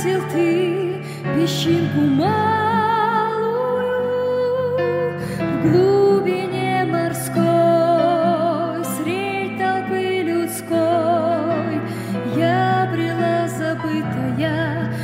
заметил ты песчинку малую в глубине морской, средь толпы людской. Я брела забытая,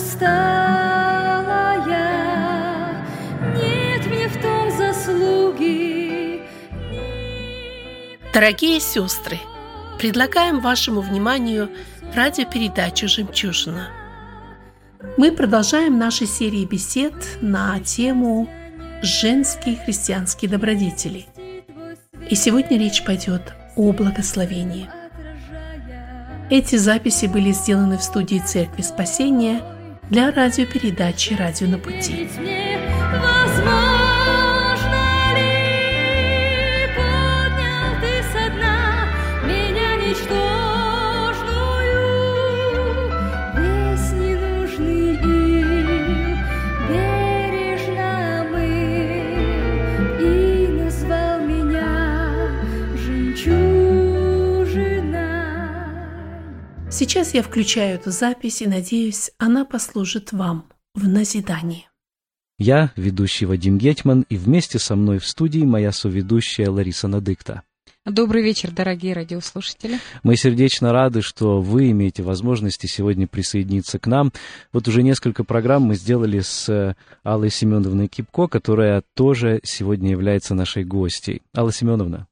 усталая, нет мне в том заслуги. Дорогие сестры, предлагаем вашему вниманию радиопередачу «Жемчужина». Мы продолжаем наши серии бесед на тему «Женские христианские добродетели». И сегодня речь пойдет о благословении. Эти записи были сделаны в студии Церкви Спасения для радиопередачи «Радио на пути». Сейчас я включаю эту запись и надеюсь, она послужит вам в назидание. Я ведущий Вадим Гетьман, и вместе со мной в студии моя соведущая Лариса Надыкта. Добрый вечер, дорогие радиослушатели. Мы сердечно рады, что вы имеете возможность сегодня присоединиться к нам. Вот уже несколько программ мы сделали с Аллой Семеновной Кипко, которая тоже сегодня является нашей гостьей. Алла Семеновна.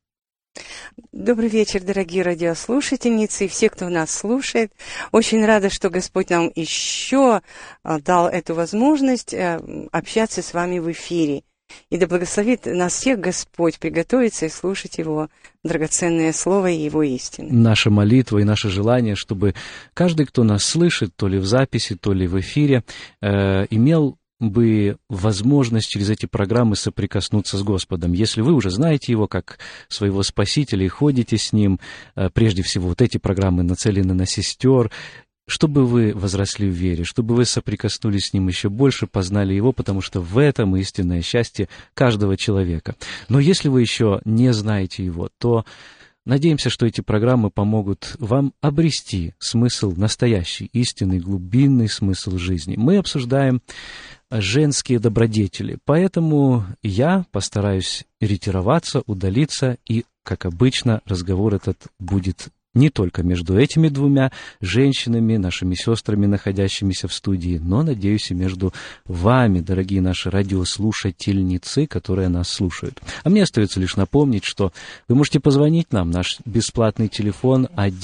Добрый вечер, дорогие радиослушательницы и все, кто нас слушает. Очень рада, что Господь нам еще дал эту возможность общаться с вами в эфире. И да благословит нас всех Господь приготовиться и слушать Его драгоценное Слово и Его истину. Наша молитва и наше желание, чтобы каждый, кто нас слышит, то ли в записи, то ли в эфире, имел бы возможность через эти программы соприкоснуться с Господом. Если вы уже знаете Его как своего Спасителя и ходите с Ним, прежде всего вот эти программы нацелены на сестер, чтобы вы возросли в вере, чтобы вы соприкоснулись с Ним еще больше, познали Его, потому что в этом истинное счастье каждого человека. Но если вы еще не знаете Его, то надеемся, что эти программы помогут вам обрести смысл, настоящий, истинный, глубинный смысл жизни. Мы обсуждаем женские добродетели, поэтому я постараюсь ретироваться, удалиться, и, как обычно, разговор этот будет не только между этими двумя женщинами, нашими сестрами, находящимися в студии, но, надеюсь, и между вами, дорогие наши радиослушательницы, которые нас слушают. А мне остается лишь напомнить, что вы можете позвонить нам. Наш бесплатный телефон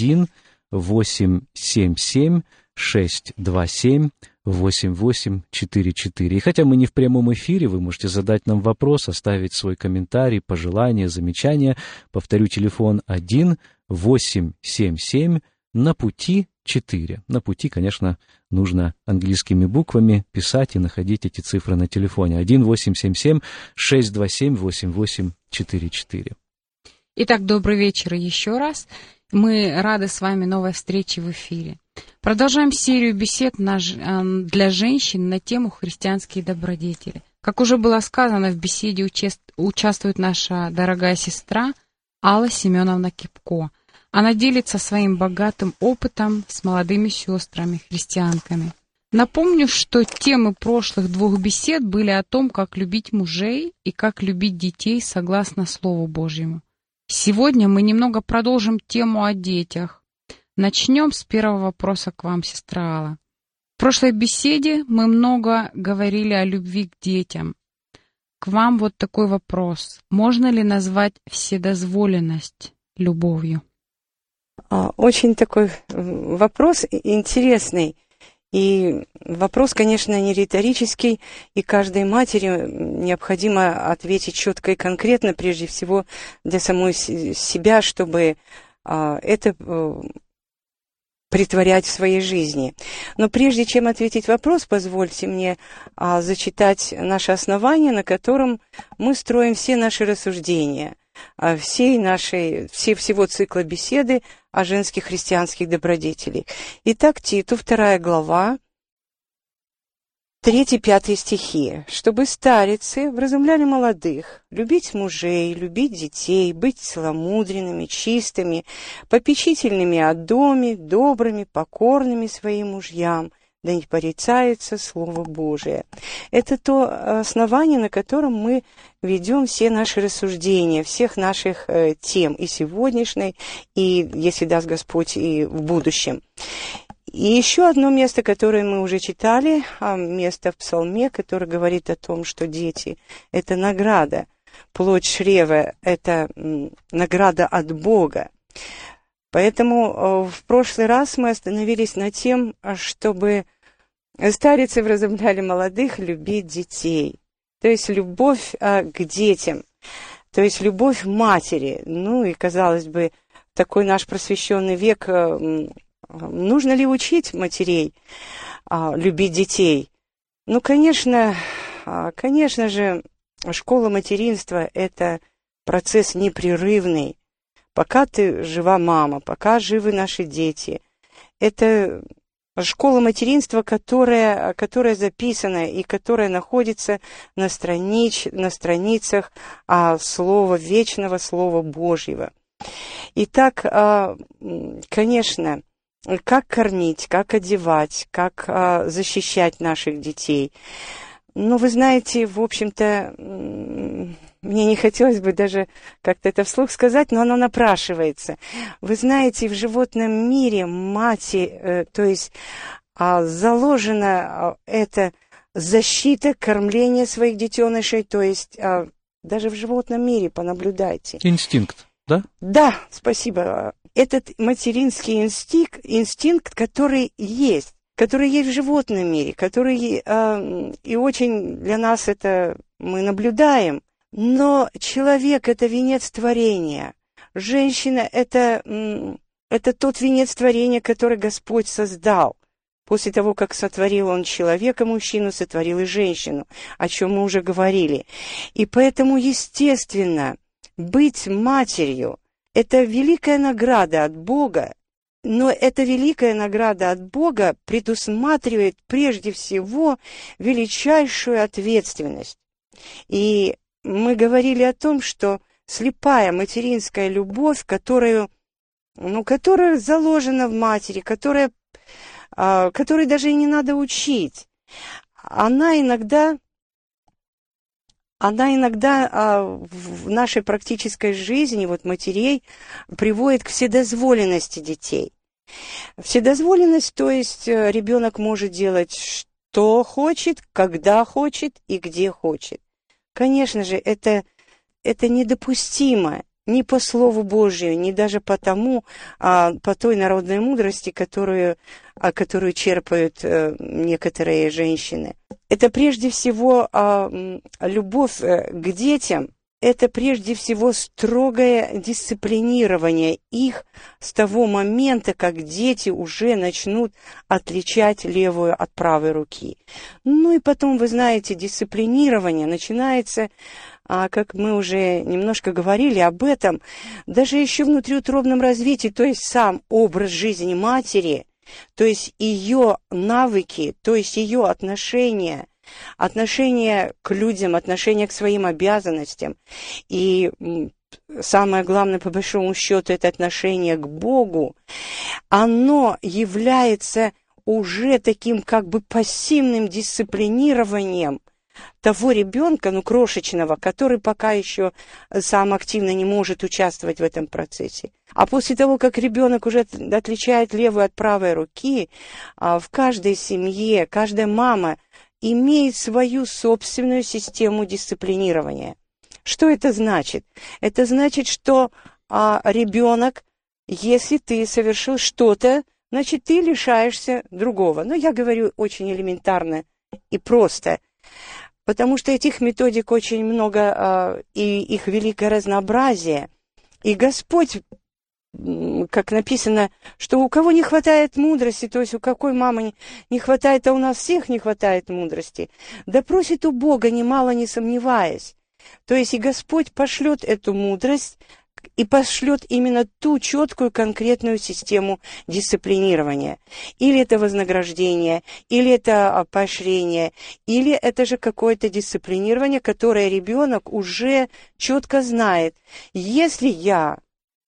1-877-627-8844. И хотя мы не в прямом эфире, вы можете задать нам вопрос, оставить свой комментарий, пожелание, замечание. Повторю, телефон 1-877 на пути 4. На пути, конечно, нужно английскими буквами писать и находить эти цифры на телефоне. 1-877-627-8844. Итак, добрый вечер еще раз. Мы рады с вами новой встрече в эфире. Продолжаем серию бесед для женщин на тему «Христианские добродетели». Как уже было сказано, в беседе участвует наша дорогая сестра Алла Семеновна Кипко. Она делится своим богатым опытом с молодыми сестрами-христианками. Напомню, что темы прошлых двух бесед были о том, как любить мужей и как любить детей согласно Слову Божьему. Сегодня мы немного продолжим тему о детях. Начнем с первого вопроса к вам, сестра Алла. В прошлой беседе мы много говорили о любви к детям. К вам вот такой вопрос. Можно ли назвать вседозволенность любовью? Очень такой вопрос интересный. И вопрос, конечно, не риторический, и каждой матери необходимо ответить четко и конкретно, прежде всего для самой себя, чтобы это притворять в своей жизни. Но прежде чем ответить вопрос, позвольте мне зачитать наше основание, на котором мы строим все наши рассуждения, всего цикла беседы о женских христианских добродетелях. Итак, Титу, 2 глава, 3-5 стихи. «Чтобы старицы вразумляли молодых, любить мужей, любить детей, быть целомудренными, чистыми, попечительными о доме, добрыми, покорными своим мужьям, да не порицается Слово Божие. Это то основание, на котором мы ведем все наши рассуждения, всех наших тем, и сегодняшней, и, если даст Господь, и в будущем. И еще одно место, которое мы уже читали, место в Псалме, которое говорит о том, что дети – это награда, плоть чрева – это награда от Бога. Поэтому в прошлый раз мы остановились на тем, чтобы старицы вразумляли молодых любить детей. То есть любовь к детям, то есть любовь матери. Ну и, казалось бы, такой наш просвещенный век, нужно ли учить матерей любить детей? Ну, конечно же, школа материнства – это процесс непрерывный. Пока ты жива мама, пока живы наши дети. Это школа материнства, которая записана и которая находится на страницах Слова Вечного, Слова Божьего. Итак, конечно, как кормить, как одевать, как защищать наших детей. Но вы знаете, в общем-то, мне не хотелось бы даже как-то это вслух сказать, но оно напрашивается. Вы знаете, в животном мире то есть заложена эта защита, кормление своих детенышей, то есть даже в животном мире, понаблюдайте. Инстинкт, да? Да, спасибо. Этот материнский инстинкт, который есть в животном мире, который и очень для нас это мы наблюдаем. Но человек – это венец творения. Женщина – это тот венец творения, который Господь создал. После того, как сотворил Он человека, мужчину, сотворил и женщину, о чем мы уже говорили. И поэтому, естественно, быть матерью – это великая награда от Бога. Но эта великая награда от Бога предусматривает прежде всего величайшую ответственность. И мы говорили о том, что слепая материнская любовь, которая заложена в матери, которой даже и не надо учить, она иногда в нашей практической жизни, матерей, приводит к вседозволенности детей. Вседозволенность, то есть ребенок может делать, что хочет, когда хочет и где хочет. Конечно же, это недопустимо ни по Слову Божию, ни даже по той народной мудрости, которую черпают некоторые женщины. Это прежде всего любовь к детям, это прежде всего строгое дисциплинирование их с того момента, как дети уже начнут отличать левую от правой руки. Ну и потом, вы знаете, дисциплинирование начинается, как мы уже немножко говорили об этом, даже еще в внутриутробном развитии, то есть сам образ жизни матери, то есть ее навыки, то есть ее отношение к людям, отношение к своим обязанностям. И самое главное, по большому счету, это отношение к Богу. Оно является уже таким как бы пассивным дисциплинированием того ребенка, крошечного, который пока еще сам активно не может участвовать в этом процессе. А после того, как ребенок уже отличает левую от правой руки, в каждой семье, каждая мама имеет свою собственную систему дисциплинирования. Что это значит? Это значит, что ребенок, если ты совершил что-то, значит, ты лишаешься другого. Но я говорю очень элементарно и просто, потому что этих методик очень много, и их великое разнообразие. И Господь, как написано, что у кого не хватает мудрости, то есть у какой мамы не хватает, а у нас всех не хватает мудрости, да просит у Бога, немало не сомневаясь. То есть и Господь пошлет эту мудрость и пошлет именно ту четкую конкретную систему дисциплинирования. Или это вознаграждение, или это поощрение, или это же какое-то дисциплинирование, которое ребенок уже четко знает. Если я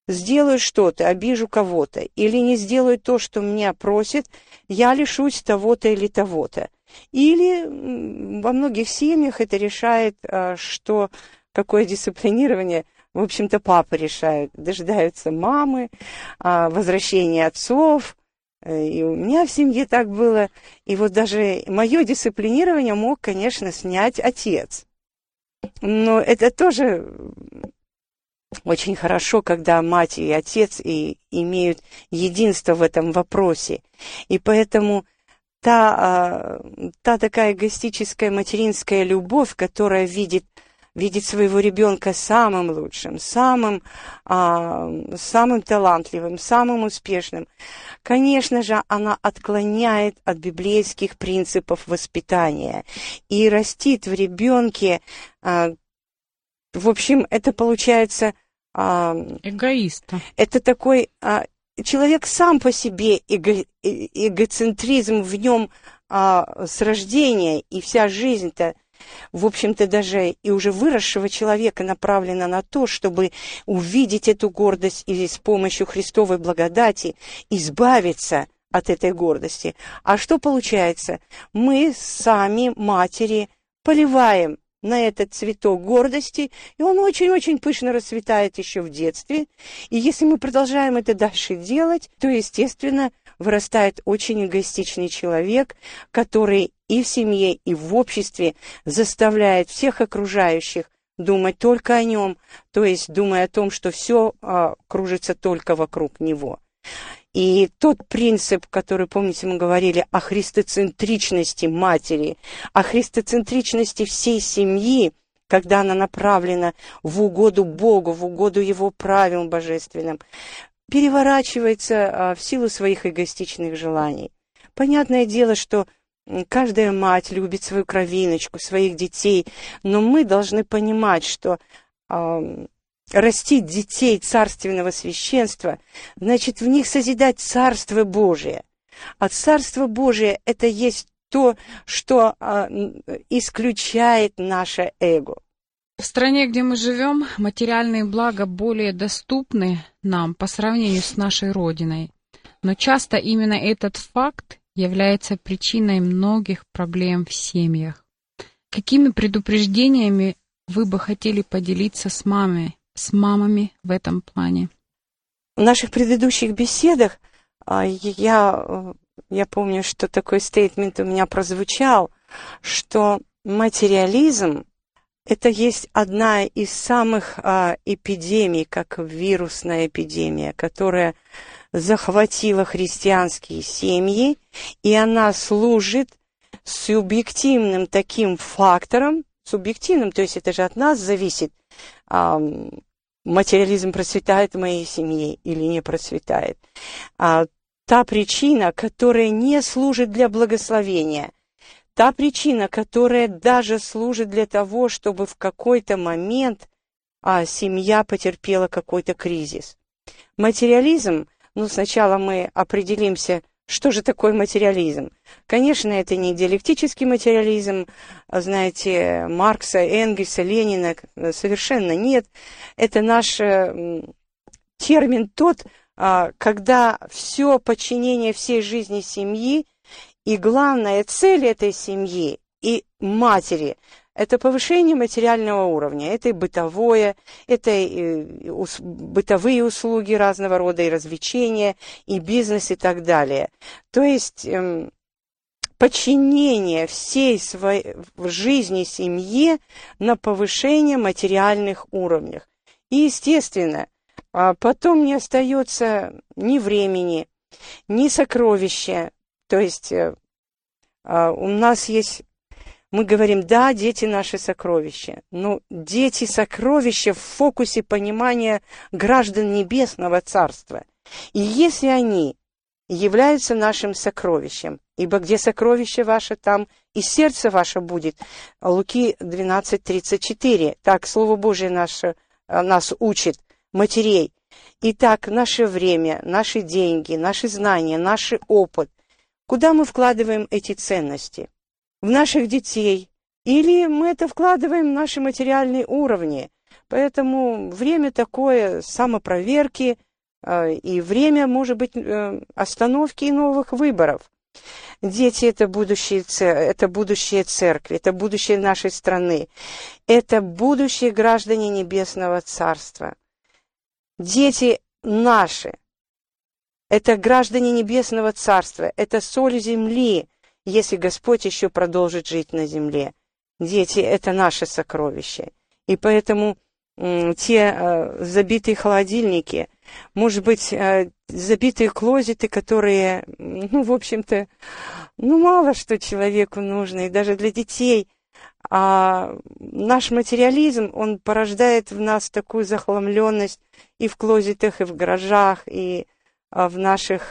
сделаю что-то, обижу кого-то, или не сделаю то, что меня просят, я лишусь того-то или того-то. Или во многих семьях это решает, что какое дисциплинирование, в общем-то, папы решают. Дожидаются мамы, возвращения отцов. И у меня в семье так было. И вот даже мое дисциплинирование мог, конечно, снять отец. Но это тоже очень хорошо, когда мать и отец имеют единство в этом вопросе. И поэтому та такая эгоистическая материнская любовь, которая видит своего ребенка самым лучшим, самым талантливым, самым успешным, конечно же, она отклоняет от библейских принципов воспитания и растит в ребенке, в общем, это получается... эгоиста. Это такой... человек сам по себе, эгоцентризм в нем с рождения, и вся жизнь-то, в общем-то, даже и уже выросшего человека направлена на то, чтобы увидеть эту гордость и с помощью Христовой благодати избавиться от этой гордости. А что получается? Мы сами, матери, поливаем на этот цветок гордости, и он очень-очень пышно расцветает еще в детстве. И если мы продолжаем это дальше делать, то, естественно, вырастает очень эгоистичный человек, который и в семье, и в обществе заставляет всех окружающих думать только о нем, то есть думая о том, что все кружится только вокруг него. И тот принцип, который, помните, мы говорили о христоцентричности матери, о христоцентричности всей семьи, когда она направлена в угоду Богу, в угоду Его правилам божественным, переворачивается в силу своих эгоистичных желаний. Понятное дело, что каждая мать любит свою кровиночку, своих детей, но мы должны понимать, что растить детей царственного священства, значит, в них созидать Царство Божие. А Царство Божие – это есть то, что исключает наше эго. В стране, где мы живем, материальные блага более доступны нам по сравнению с нашей родиной. Но часто именно этот факт является причиной многих проблем в семьях. Какими предупреждениями вы бы хотели поделиться с мамами в этом плане? В наших предыдущих беседах я помню, что такой стейтмент у меня прозвучал, что материализм – это есть одна из самых эпидемий, как вирусная эпидемия, которая захватила христианские семьи, и она служит субъективным таким фактором, субъективным, то есть это же от нас зависит, материализм процветает в моей семье или не процветает. Та причина, которая не служит для благословения, та причина, которая даже служит для того, чтобы в какой-то момент семья потерпела какой-то кризис. Материализм, сначала мы определимся, что же такое материализм. Конечно, это не диалектический материализм, знаете, Маркса, Энгельса, Ленина, совершенно нет. Это наш термин тот, когда все подчинение всей жизни семьи и главная цель этой семьи и матери – это повышение материального уровня, это и бытовое, это и бытовые услуги разного рода, и развлечения, и бизнес, и так далее. То есть подчинение всей своей жизни семье на повышение материальных уровней. И, естественно, потом не остается ни времени, ни сокровища. То есть у нас есть... Мы говорим, да, дети наши сокровища, но дети сокровища в фокусе понимания граждан Небесного Царства. И если они являются нашим сокровищем, ибо где сокровище ваше, там и сердце ваше будет. Луки 12:34. Так Слово Божие нас учит, матерей. Итак, наше время, наши деньги, наши знания, наш опыт. Куда мы вкладываем эти ценности? В наших детей, или мы это вкладываем в наши материальные уровни, Поэтому время такое самопроверки, и время, может быть, остановки и новых выборов. Дети – это будущее церкви, это будущее нашей страны, это будущие граждане Небесного Царства. Дети наши – это граждане Небесного Царства, это соль земли, если Господь еще продолжит жить на земле. Дети – это наше сокровище. И поэтому те забитые холодильники, может быть, забитые клозеты, которые, в общем-то, мало что человеку нужно, и даже для детей. А наш материализм, он порождает в нас такую захламленность и в клозетах, и в гаражах, и в наших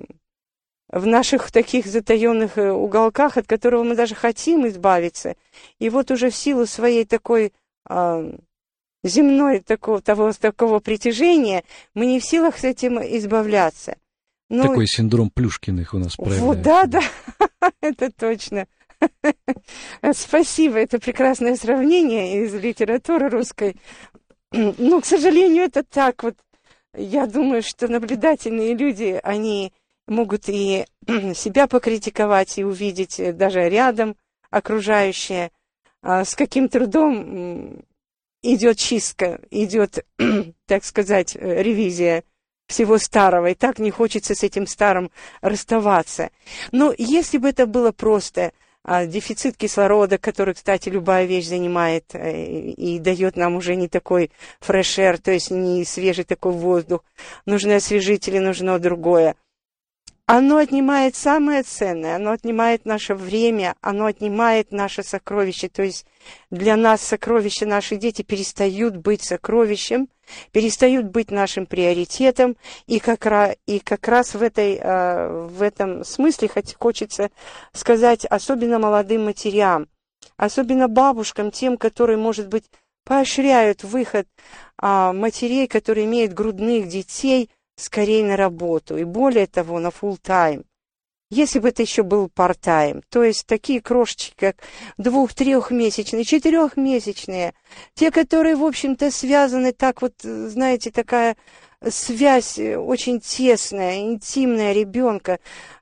таких затаенных уголках, от которого мы даже хотим избавиться. И вот уже в силу своей такой земной такого притяжения мы не в силах с этим избавляться. Такой синдром Плюшкиных у нас проявляется. Вот, да, это точно. Спасибо, это прекрасное сравнение из литературы русской. Но, к сожалению, это так вот. Я думаю, что наблюдательные люди, они могут и себя покритиковать, и увидеть даже рядом окружающее, с каким трудом идет чистка, идет, так сказать, ревизия всего старого, и так не хочется с этим старым расставаться. Но если бы это было просто дефицит кислорода, который, кстати, любая вещь занимает и дает нам уже не такой fresh air, то есть не свежий такой воздух, нужны освежители, нужно другое. Оно отнимает самое ценное, оно отнимает наше время, оно отнимает наше сокровище. То есть для нас сокровища, наши дети перестают быть сокровищем, перестают быть нашим приоритетом. И как раз в этом смысле хочется сказать особенно молодым матерям, особенно бабушкам, тем, которые, может быть, поощряют выход матерей, которые имеют грудных детей, скорее на работу, и более того, на фулл-тайм. Если бы это еще был part-time, то есть такие крошечки, как 2-3-месячные, 4-месячные, те, которые, в общем-то, связаны так вот, знаете, такая связь очень тесная, интимная ребенка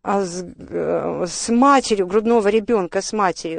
с матерью, грудного ребенка с матерью.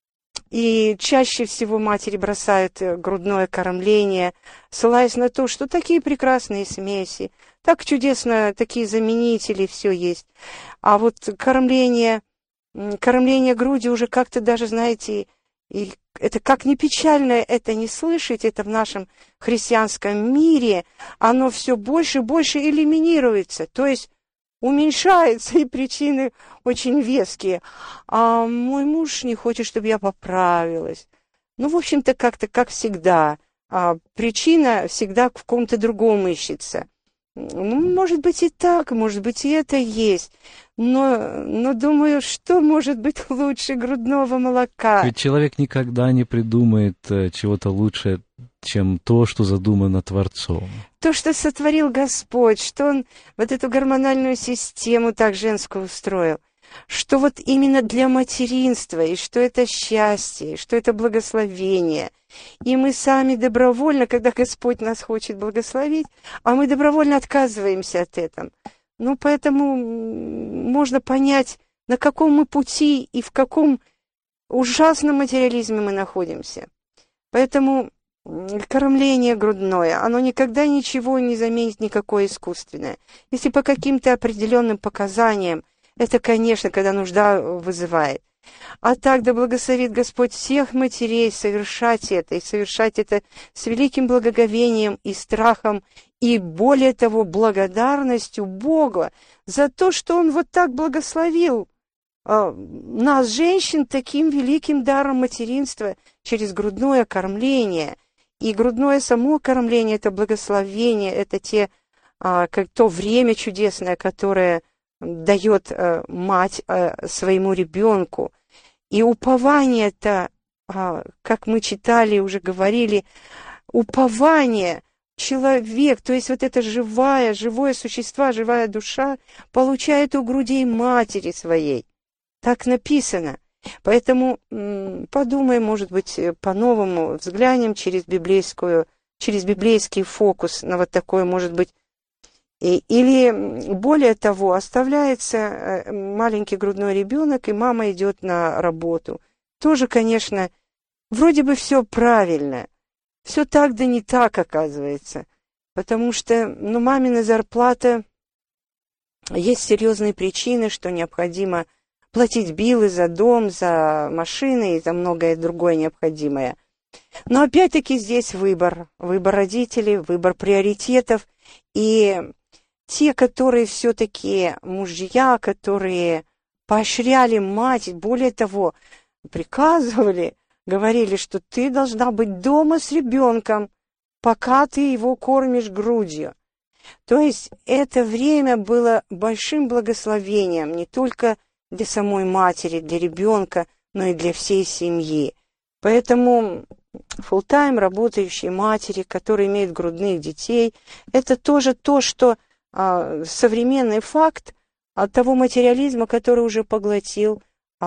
И чаще всего матери бросают грудное кормление, ссылаясь на то, что такие прекрасные смеси, так чудесно, такие заменители, все есть. А вот кормление грудью уже как-то даже, знаете, и это как ни печально это не слышать, это в нашем христианском мире, оно все больше и больше элиминируется, то есть уменьшается, и причины очень веские. А мой муж не хочет, чтобы я поправилась. В общем-то, как-то, как всегда, причина всегда в ком-то другом ищется. Может быть и так, может быть и это есть. Но думаю, что может быть лучше грудного молока? Ведь человек никогда не придумает чего-то лучше, чем то, что задумано Творцом. То, что сотворил Господь, что Он вот эту гормональную систему так женскую устроил, что вот именно для материнства, и что это счастье, и что это благословение. И мы сами добровольно, когда Господь нас хочет благословить, а мы добровольно отказываемся от этого. Поэтому можно понять, на каком мы пути и в каком ужасном материализме мы находимся. Поэтому кормление грудное, оно никогда ничего не заменит, никакое искусственное. Если по каким-то определенным показаниям, это, конечно, когда нужда вызывает. А так да благословит Господь всех матерей совершать это, и совершать это с великим благоговением и страхом, и более того, благодарностью Бога за то, что Он вот так благословил нас, женщин, таким великим даром материнства через грудное кормление. И грудное само кормление – это благословение, это то время чудесное, которое дает мать своему ребенку. И упование-то, как мы читали, уже говорили, упование человек, то есть вот это живое существо, живая душа, получает у грудей матери своей. Так написано. Поэтому подумаем, может быть, по-новому взглянем через библейскую через библейский фокус на вот такое, может быть, или более того, оставляется маленький грудной ребенок, и мама идет на работу. Тоже, конечно, вроде бы все правильно, все так да не так оказывается, потому что, мамина зарплата, есть серьезные причины, что необходимо платить биллы за дом, за машины и за многое другое необходимое. Но опять-таки здесь выбор родителей, выбор приоритетов, и те, которые все-таки мужья, которые поощряли мать, более того, приказывали, говорили, что ты должна быть дома с ребенком, пока ты его кормишь грудью. То есть это время было большим благословением не только для самой матери, для ребенка, но и для всей семьи. Поэтому фулл-тайм работающие матери, которые имеют грудных детей, это тоже то, что современный факт от того материализма, который уже поглотил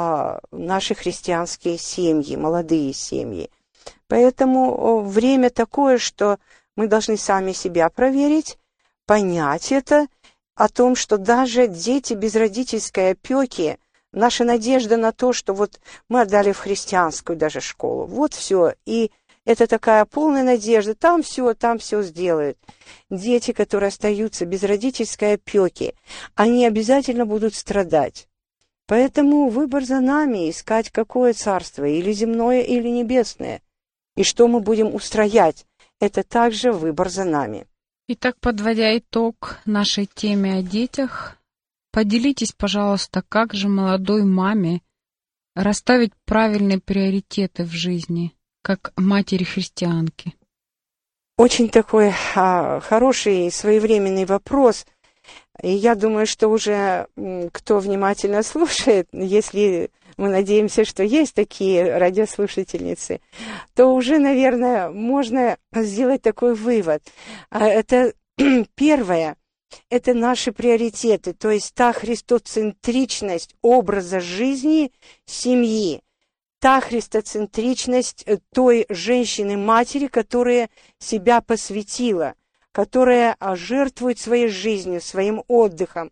наши христианские семьи, молодые семьи. Поэтому время такое, что мы должны сами себя проверить, понять это, о том, что даже дети без родительской опеки, наша надежда на то, что вот мы отдали в христианскую даже школу, вот все, и это такая полная надежда, там все сделают. Дети, которые остаются без родительской опеки, они обязательно будут страдать. Поэтому выбор за нами, искать какое царство, или земное, или небесное. И что мы будем устроять, это также выбор за нами. Итак, подводя итог нашей теме о детях, поделитесь, пожалуйста, как же молодой маме расставить правильные приоритеты в жизни, как матери-христианки? Очень такой хороший и своевременный вопрос. И я думаю, что уже кто внимательно слушает, если мы надеемся, что есть такие радиослушательницы, то уже, наверное, можно сделать такой вывод. Это первое, это наши приоритеты, то есть та христоцентричность образа жизни семьи, та христоцентричность той женщины-матери, которая себя посвятила, которая жертвует своей жизнью, своим отдыхом,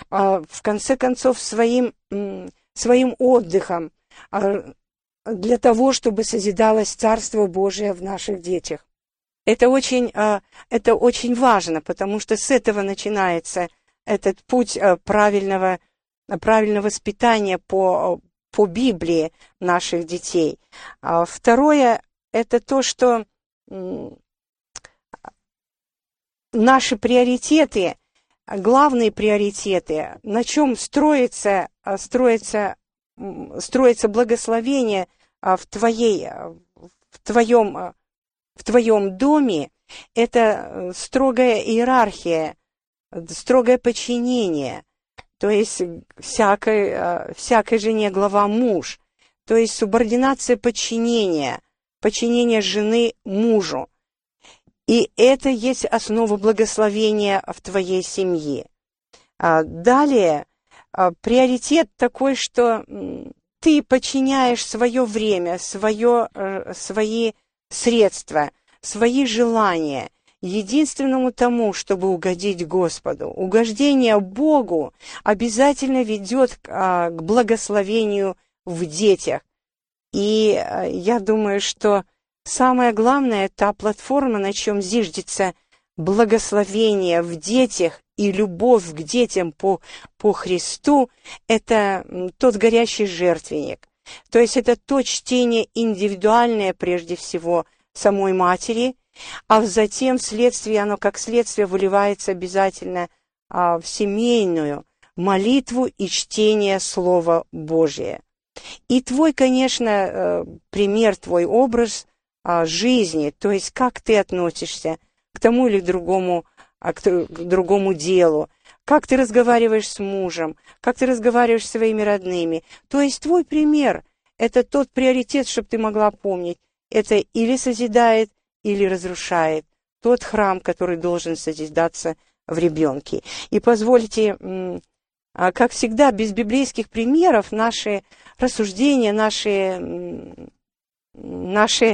в конце концов, своим отдыхом для того, чтобы созидалось Царство Божие в наших детях. Это очень важно, потому что с этого начинается этот путь правильного воспитания по Библии наших детей. Второе – это то, что наши приоритеты, главные приоритеты, на чем строится благословение в твоем доме, это строгая иерархия, строгое подчинение, то есть всякой жене глава муж, то есть субординация подчинения жены мужу. И это есть основа благословения в твоей семье. Далее, приоритет такой, что ты подчиняешь свое время, свои средства, свои желания единственному тому, чтобы угодить Господу. Угождение Богу обязательно ведет к благословению в детях. И я думаю, что самое главное, та платформа, на чем зиждется благословение в детях и любовь к детям по Христу, это тот горящий жертвенник. То есть это то чтение индивидуальное, прежде всего, самой матери, а затем оно как следствие выливается обязательно в семейную молитву и чтение Слова Божия. И твой, конечно, пример, твой образ жизни, то есть как ты относишься к тому или другому делу, как ты разговариваешь с мужем, как ты разговариваешь с своими родными. То есть твой пример – это тот приоритет, чтобы ты могла помнить. Это или созидает, или разрушает тот храм, который должен созидаться в ребенке. И позвольте, как всегда, без библейских примеров наши рассуждения, наши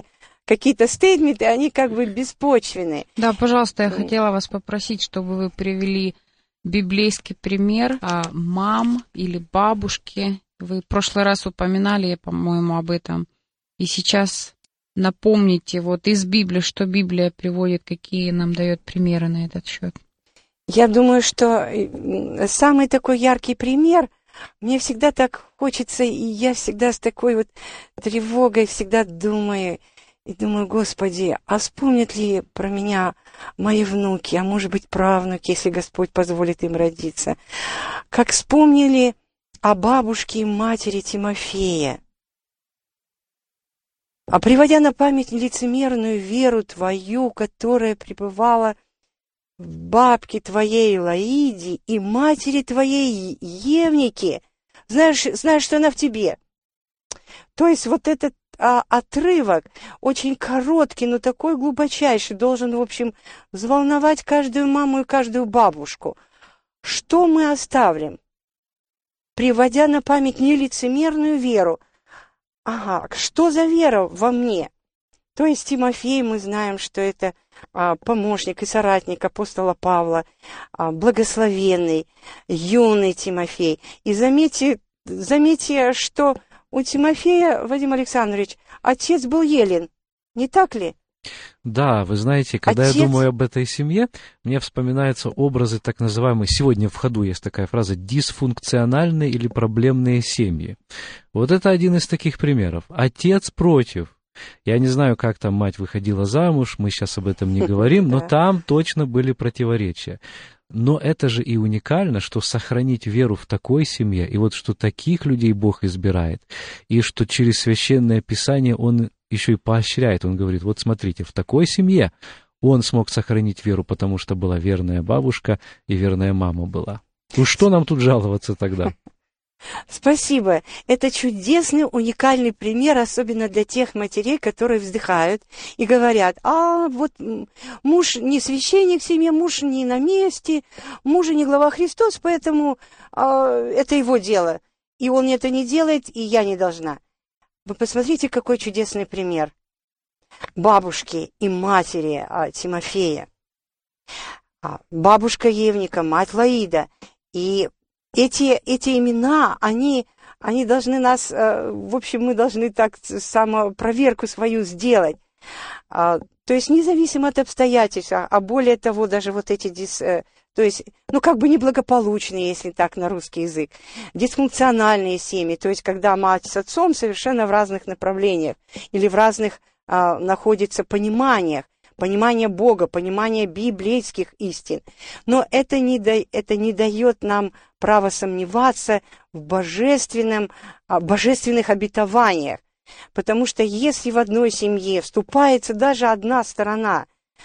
какие-то стейтменты, они как бы беспочвенные. Да, пожалуйста, я хотела вас попросить, чтобы вы привели библейский пример мам или бабушки. Вы в прошлый раз упоминали, по-моему, об этом. И сейчас напомните вот из Библии, что Библия приводит, какие нам дает примеры на этот счет. Я думаю, что самый такой яркий пример, мне всегда так хочется, и я всегда с такой вот тревогой всегда думаю, Господи, а вспомнят ли про меня мои внуки, а может быть правнуки, если Господь позволит им родиться, как вспомнили о бабушке и матери Тимофея, а приводя на память лицемерную веру твою, которая пребывала в бабке твоей Лаиде и матери твоей Евнике, знаешь, что она в тебе. То есть вот этот отрывок, очень короткий, но такой глубочайший, должен, в общем, взволновать каждую маму и каждую бабушку. Что мы оставим, приводя на память нелицемерную веру? Ага, что за вера во мне? То есть Тимофей, мы знаем, что это помощник и соратник апостола Павла, благословенный, юный Тимофей. И заметьте, что у Тимофея, Вадим Александрович, отец был Елен, не так ли? Да, вы знаете, когда Отец... я думаю об этой семье, мне вспоминаются образы так называемые, сегодня в ходу есть такая фраза, дисфункциональные или проблемные семьи. Вот это один из таких примеров. Отец против. Я не знаю, как там мать выходила замуж, мы сейчас об этом не говорим, но там точно были противоречия. Но это же и уникально, что сохранить веру в такой семье, и вот что таких людей Бог избирает, и что через Священное Писание Он еще и поощряет. Он говорит, вот смотрите, в такой семье он смог сохранить веру, потому что была верная бабушка и верная мама была. Ну что нам тут жаловаться тогда? Спасибо. Это чудесный, уникальный пример, особенно для тех матерей, которые вздыхают и говорят, вот муж не священник в семье, муж не на месте, муж не глава Христос, поэтому это его дело. И он это не делает, и я не должна. Вы посмотрите, какой чудесный пример бабушки и матери Тимофея. Бабушка Евника, мать Лаида. И эти имена, они должны нас, в общем, мы должны так самопроверку свою сделать. То есть независимо от обстоятельств, а более того, даже вот эти, то есть, как бы неблагополучные, если так на русский язык, дисфункциональные семьи, то есть когда мать с отцом совершенно в разных направлениях или в разных находятся пониманиях, понимание Бога, понимание библейских истин. Но это не дает нам права сомневаться в божественных обетованиях. Потому что если в одной семье вступается даже одна сторона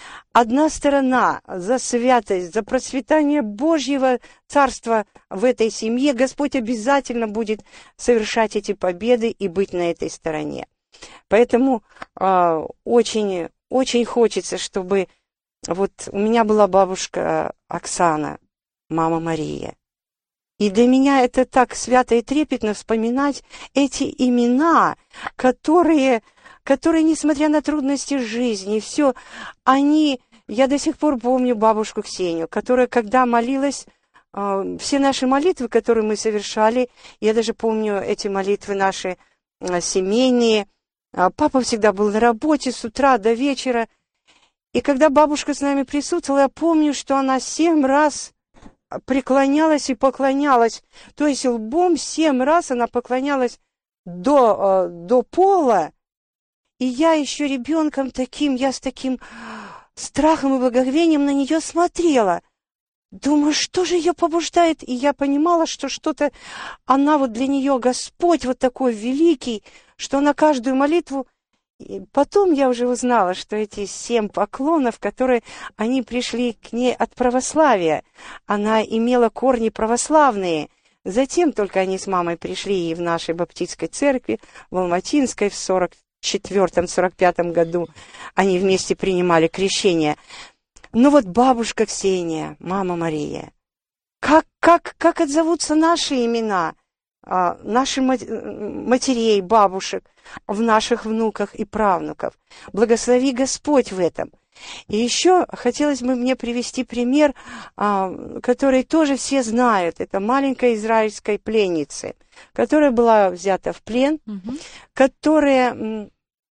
за святость, за процветание Божьего Царства в этой семье, Господь обязательно будет совершать эти победы и быть на этой стороне. Поэтому очень, очень хочется, чтобы... Вот у меня была бабушка Оксана, мама Мария. И для меня это так свято и трепетно вспоминать эти имена, которые, несмотря на трудности жизни, все, я до сих пор помню бабушку Ксению, которая, когда молилась, все наши молитвы, которые мы совершали, я даже помню эти молитвы наши семейные, папа всегда был на работе с утра до вечера, и когда бабушка с нами присутствовала, я помню, что она 7 раз преклонялась и поклонялась, то есть лбом 7 раз она поклонялась до пола, и я еще ребенком я с таким страхом и благоговением на нее смотрела. Думаю, что же ее побуждает? И я понимала, что что-то, она вот для нее Господь вот такой великий, что на каждую молитву. И потом я уже узнала, что эти 7 поклонов, которые они пришли к ней от православия, она имела корни православные. Затем только они с мамой пришли и в нашей баптистской церкви, в Алматинской, в 44-45 году они вместе принимали крещение. Но вот бабушка Ксения, мама Мария, как отзовутся наши имена? наших матерей, бабушек, в наших внуках и правнуков. Благослови Господь в этом. И еще хотелось бы мне привести пример, который тоже все знают. Это маленькая израильская пленница, которая была взята в плен, которая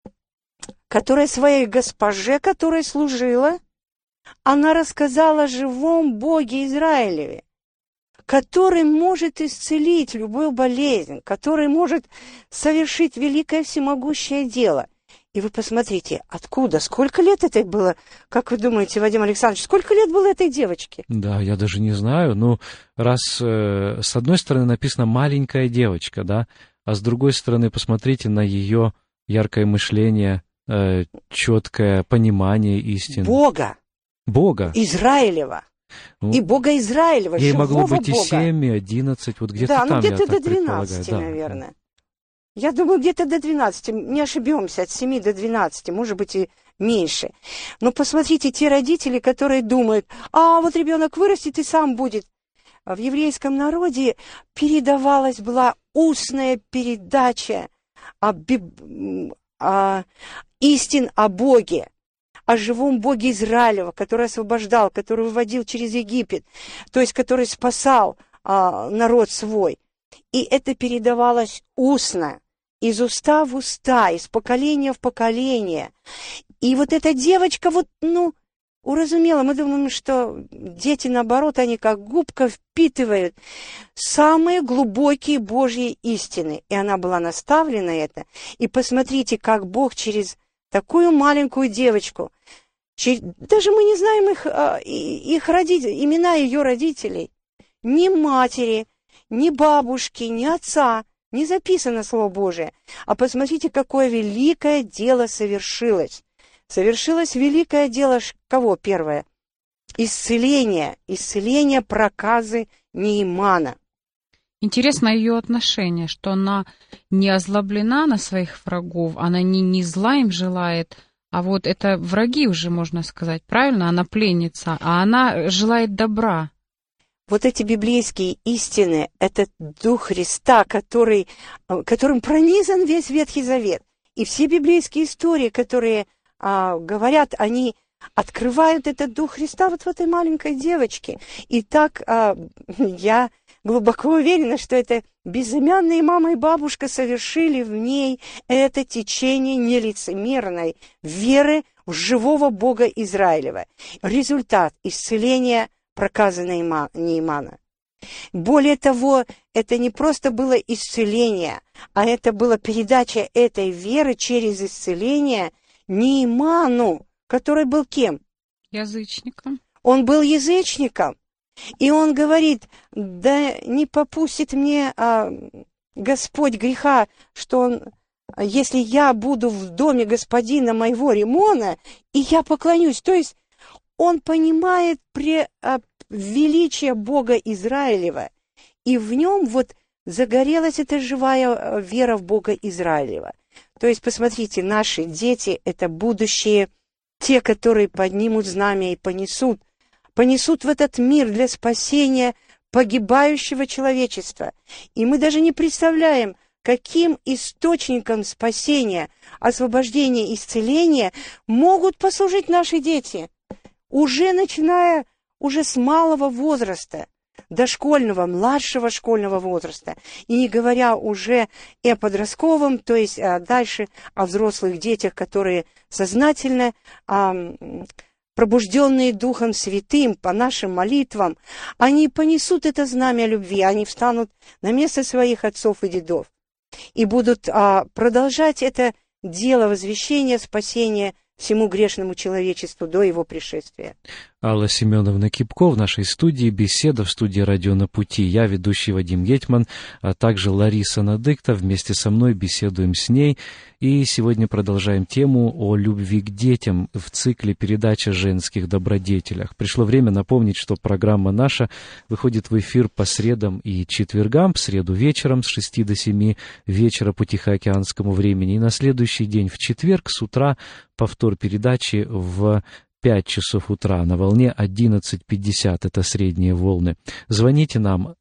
своей госпоже, которая служила, она рассказала о живом Боге Израилеве, который может исцелить любую болезнь, который может совершить великое всемогущее дело. И вы посмотрите, откуда, сколько лет это было, как вы думаете, Вадим Александрович, сколько лет было этой девочке? Да, я даже не знаю, но раз с одной стороны написано «маленькая девочка», да, а с другой стороны посмотрите на ее яркое мышление, четкое понимание истины. Бога. Израилева. Ну, и Бога Израилева, ей живого могло быть и Бога. 7, и 11, вот где-то там, да, ну где-то я до так 12, да. наверное. Я думаю, где-то до 12, не ошибемся, от 7 до 12, может быть, и меньше. Но посмотрите, те родители, которые думают, вот ребенок вырастет и сам будет. В еврейском народе была устная передача истин о Боге, о живом Боге Израилева, который освобождал, который выводил через Египет, то есть который спасал народ свой. И это передавалось устно, из уста в уста, из поколения в поколение. И вот эта девочка уразумела. Мы думаем, что дети, наоборот, они как губка впитывают самые глубокие Божьи истины. И она была наставлена это. И посмотрите, как Бог через такую маленькую девочку, даже мы не знаем их родителей, имена ее родителей, ни матери, ни бабушки, ни отца, не записано Слово Божие. А посмотрите, какое великое дело совершилось. Совершилось великое дело кого первое? Исцеление проказы Неймана. Интересно ее отношение, что она не озлоблена на своих врагов, она не зла им желает, а вот это враги уже, можно сказать, правильно? Она пленница, а она желает добра. Вот эти библейские истины, это Дух Христа, которым пронизан весь Ветхий Завет. И все библейские истории, которые говорят, они открывают этот Дух Христа вот в этой маленькой девочке. И так я глубоко уверена, что это безымянные мама и бабушка совершили в ней это течение нелицемерной веры в живого Бога Израилева. Результат исцеления проказы Неймана. Более того, это не просто было исцеление, а это была передача этой веры через исцеление Нейману, который был кем? Язычником. Он был язычником. И он говорит, да не попустит мне Господь греха, если я буду в доме господина моего Римона, и я поклонюсь. То есть он понимает величие Бога Израилева, и в нем загорелась эта живая вера в Бога Израилева. То есть, посмотрите, наши дети – это будущее, те, которые поднимут знамя и понесут в этот мир для спасения погибающего человечества. И мы даже не представляем, каким источником спасения, освобождения, исцеления могут послужить наши дети, уже начиная с малого возраста, дошкольного, младшего школьного возраста, и не говоря уже и о подростковом, то есть дальше о взрослых детях, которые сознательно, пробужденные Духом Святым по нашим молитвам, они понесут это знамя любви, они встанут на место своих отцов и дедов и будут продолжать это дело возвещения, спасения всему грешному человечеству до его пришествия. Алла Семеновна Кипко в нашей студии, беседа в студии «Радио на пути». Я, ведущий Вадим Гетман, а также Лариса Надыкта. Вместе со мной беседуем с ней. И сегодня продолжаем тему о любви к детям в цикле передачи о женских добродетелях. Пришло время напомнить, что программа наша выходит в эфир по средам и четвергам, в среду вечером с 6 до 7 вечера по Тихоокеанскому времени. И на следующий день, в четверг, с утра, повтор передачи в 5 часов утра на волне 11:50, это средние волны. Звоните нам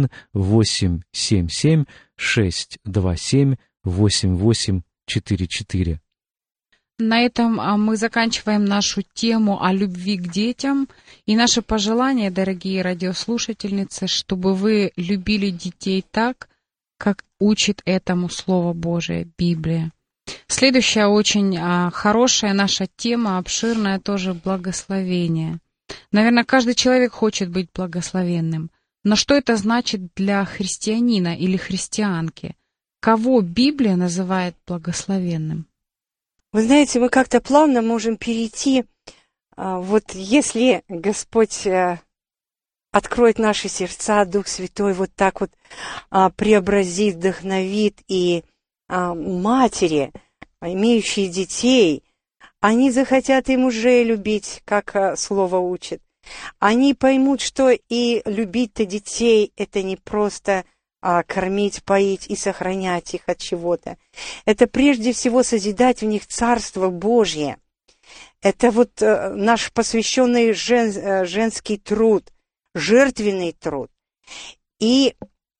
1-877-627-8844. На этом мы заканчиваем нашу тему о любви к детям. И наше пожелание, дорогие радиослушательницы, чтобы вы любили детей так, как учит этому Слово Божие, Библия. Следующая очень хорошая наша тема, обширная тоже, благословение. Наверное, каждый человек хочет быть благословенным. Но что это значит для христианина или христианки? Кого Библия называет благословенным? Вы знаете, мы как-то плавно можем перейти, вот если Господь откроет наши сердца, Дух Святой вот так вот преобразит, вдохновит, и матери, имеющие детей, они захотят и мужей любить, как Слово учит. Они поймут, что и любить-то детей — это не просто кормить, поить и сохранять их от чего-то. Это прежде всего созидать в них Царство Божье. Это вот наш посвященный женский труд, жертвенный труд. И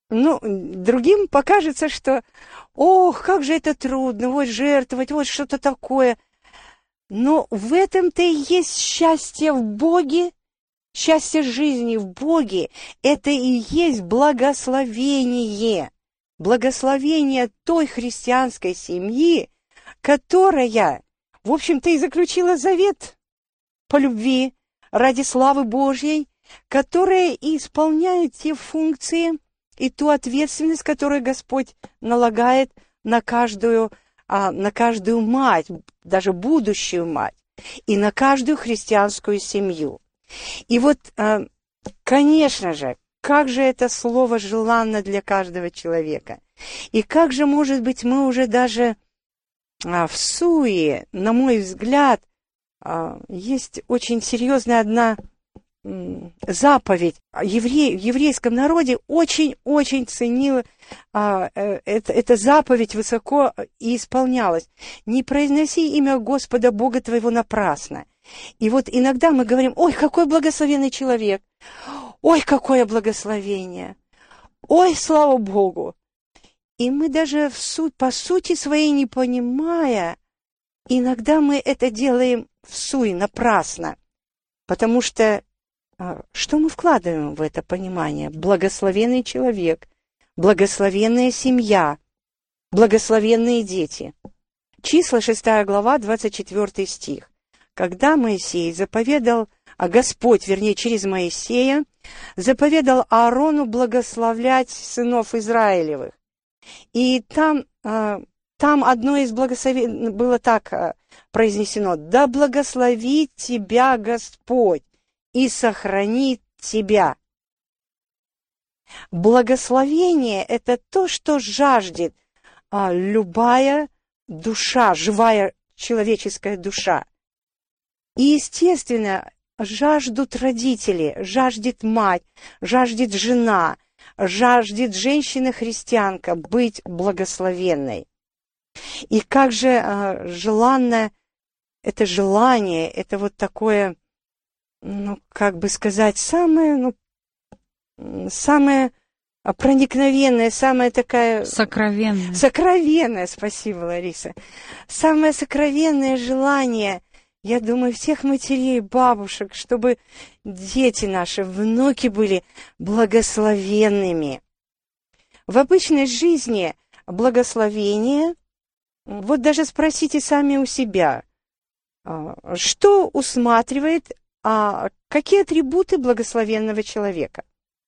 другим покажется, что ох, как же это трудно, вот жертвовать, вот что-то такое. Но в этом-то и есть счастье в Боге. Счастье жизни в Боге — это и есть благословение. Благословение той христианской семьи, которая, в общем-то, и заключила завет по любви ради славы Божьей, которая и исполняет те функции и ту ответственность, которую Господь налагает на каждую мать, даже будущую мать, и на каждую христианскую семью. И вот, конечно же, как же это слово желанно для каждого человека. И как же, может быть, мы уже даже в суе, на мой взгляд, есть очень серьезная одна заповедь. В еврейском народе очень-очень ценила эта заповедь, высоко и исполнялась. «Не произноси имя Господа Бога твоего напрасно». И вот иногда мы говорим: ой, какой благословенный человек, ой, какое благословение, ой, слава Богу. И мы даже по сути своей не понимая, иногда мы это делаем всуе, напрасно. Потому что что мы вкладываем в это понимание? Благословенный человек, благословенная семья, благословенные дети. Числа 6 глава, 24 стих. Когда Моисей Господь, через Моисея, заповедал Аарону благословлять сынов Израилевых. И там одно из благословений было так произнесено: «Да благословит тебя Господь и сохранит тебя». Благословение — это то, что жаждет любая душа, живая человеческая душа. И, естественно, жаждут родители, жаждет мать, жаждет жена, жаждет женщина-христианка быть благословенной. И как же желанно это желание, это вот такое, как бы сказать, самое проникновенное, самое такая... Сокровенное, спасибо, Лариса. Самое сокровенное желание, я думаю, всех матерей, бабушек, чтобы дети наши, внуки были благословенными. В обычной жизни благословение, вот даже спросите сами у себя, что усматривает, какие атрибуты благословенного человека?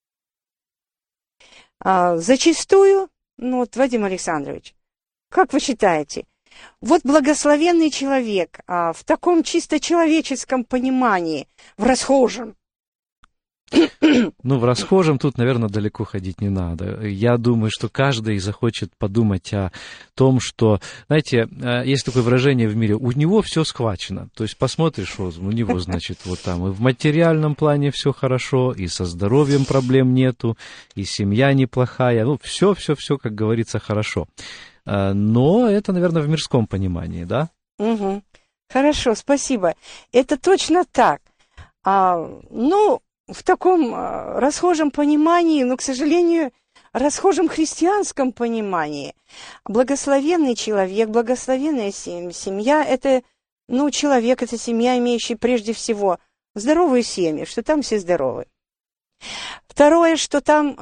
Зачастую, вот, Вадим Александрович, как вы считаете, вот благословенный человек в таком чисто человеческом понимании, в расхожем. В расхожем тут, наверное, далеко ходить не надо. Я думаю, что каждый захочет подумать о том, что, знаете, есть такое выражение в мире: у него все схвачено. То есть посмотришь, у него, значит, вот там и в материальном плане все хорошо, и со здоровьем проблем нету, и семья неплохая, все, как говорится, хорошо. Но это, наверное, в мирском понимании, да? Угу. Хорошо, спасибо. Это точно так. Ну, в таком расхожем понимании, но, к сожалению, расхожем христианском понимании, благословенный человек, благословенная семья – это, ну, человек, это семья, имеющая прежде всего здоровую семью, что там все здоровы. Второе, что там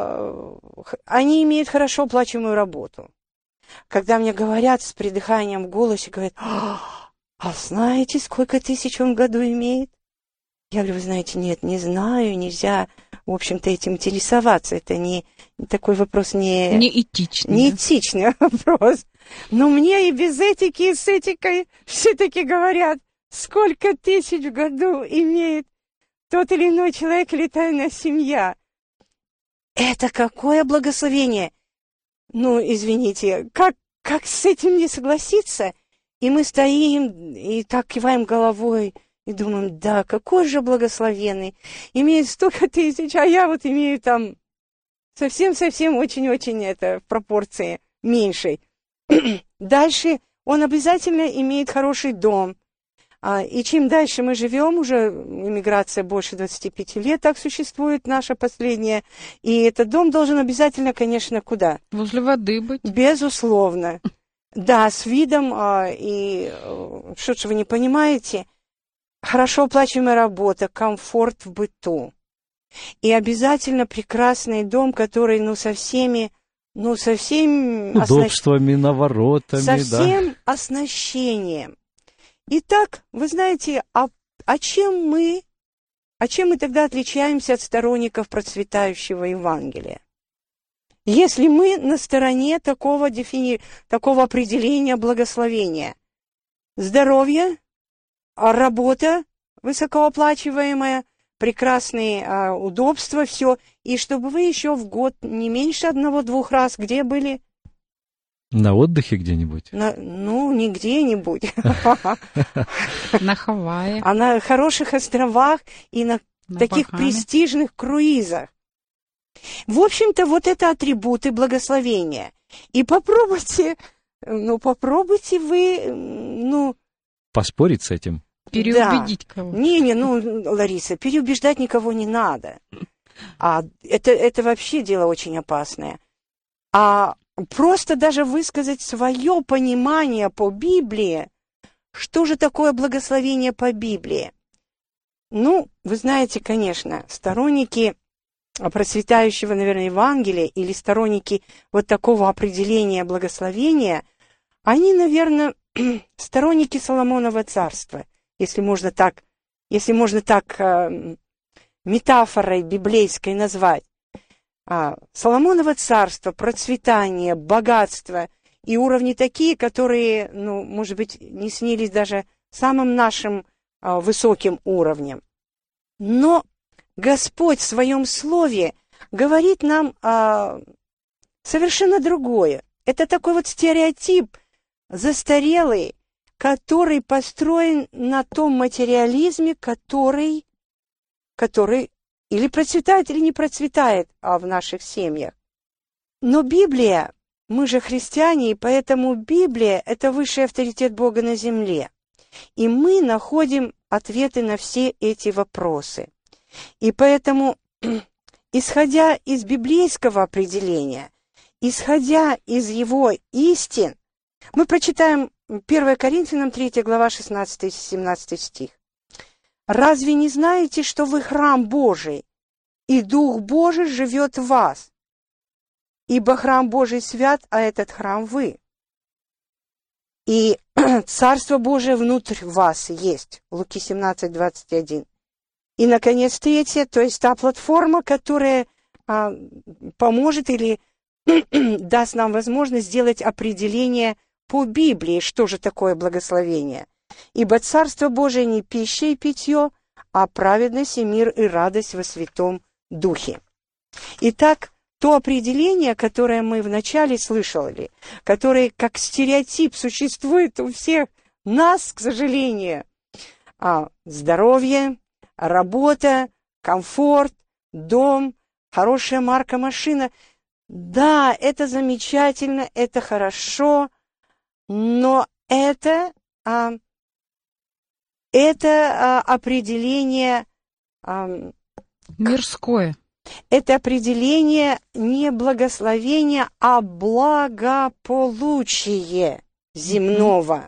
они имеют хорошо оплачиваемую работу. Когда мне говорят с придыханием в голосе, говорят: а знаете, сколько тысяч он в году имеет? Я говорю: вы знаете, нет, не знаю, нельзя, в общем-то, этим интересоваться. Это не такой вопрос неэтичный. Неэтичный вопрос. Но мне и без этики, и с этикой все-таки говорят, сколько тысяч в году имеет тот или иной человек или та иная семья. Это какое благословение! Ну, извините, как с этим не согласиться? И мы стоим и так киваем головой и думаем: да, какой же благословенный. Имеет столько тысяч, а я вот имею там совсем-совсем очень-очень в пропорции меньшей. Дальше он обязательно имеет хороший дом. И чем дальше мы живем, уже иммиграция больше 25 лет, так существует наша последняя. И этот дом должен обязательно, конечно, куда? Возле воды быть. Безусловно. Да, с видом, и что ж вы не понимаете, хорошо оплачиваемая работа, комфорт в быту. И обязательно прекрасный дом, который, со всеми удобствами, наворотами, со всем оснащением. Итак, вы знаете, чем мы тогда отличаемся от сторонников процветающего Евангелия? Если мы на стороне такого определения благословения: здоровье, работа высокооплачиваемая, прекрасные удобства, все, и чтобы вы еще в год не меньше 1-2 раз где были? На отдыхе где-нибудь? Не где-нибудь. На Хавайях. А на хороших островах и на таких Бахаме. Престижных круизах. В общем-то, вот это атрибуты благословения. И попробуйте вы, поспорить с этим? Переубедить кого-то. Лариса, переубеждать никого не надо. Это вообще дело очень опасное. Просто даже высказать свое понимание по Библии, что же такое благословение по Библии. Вы знаете, конечно, сторонники процветающего, наверное, Евангелия или сторонники вот такого определения благословения, они, наверное, сторонники Соломонова царства, если можно так метафорой библейской назвать. Соломоново царство, процветание, богатство и уровни такие, которые, может быть, не снились даже самым нашим высоким уровнем. Но Господь в Своем Слове говорит нам совершенно другое. Это такой вот стереотип застарелый, который построен на том материализме, который или процветает, или не процветает в наших семьях. Но Библия, мы же христиане, и поэтому Библия – это высший авторитет Бога на земле. И мы находим ответы на все эти вопросы. И поэтому, исходя из библейского определения, исходя из его истин, мы прочитаем 1 Коринфянам 3 глава 16-17 стих. «Разве не знаете, что вы храм Божий, и Дух Божий живет в вас? Ибо храм Божий свят, а этот храм вы. И Царство Божие внутрь вас есть». Луки 17, 21. И, наконец, 3, то есть та платформа, которая поможет или даст нам возможность сделать определение по Библии, что же такое благословение. «Ибо Царство Божие не пища и питье, а праведность и мир и радость во Святом Духе». Итак, то определение, которое мы вначале слышали, которое как стереотип существует у всех нас, к сожалению, здоровье, работа, комфорт, дом, хорошая марка машина. Да, это замечательно, это хорошо, но это это определение... Мирское. Это определение не благословения, а благополучие земного.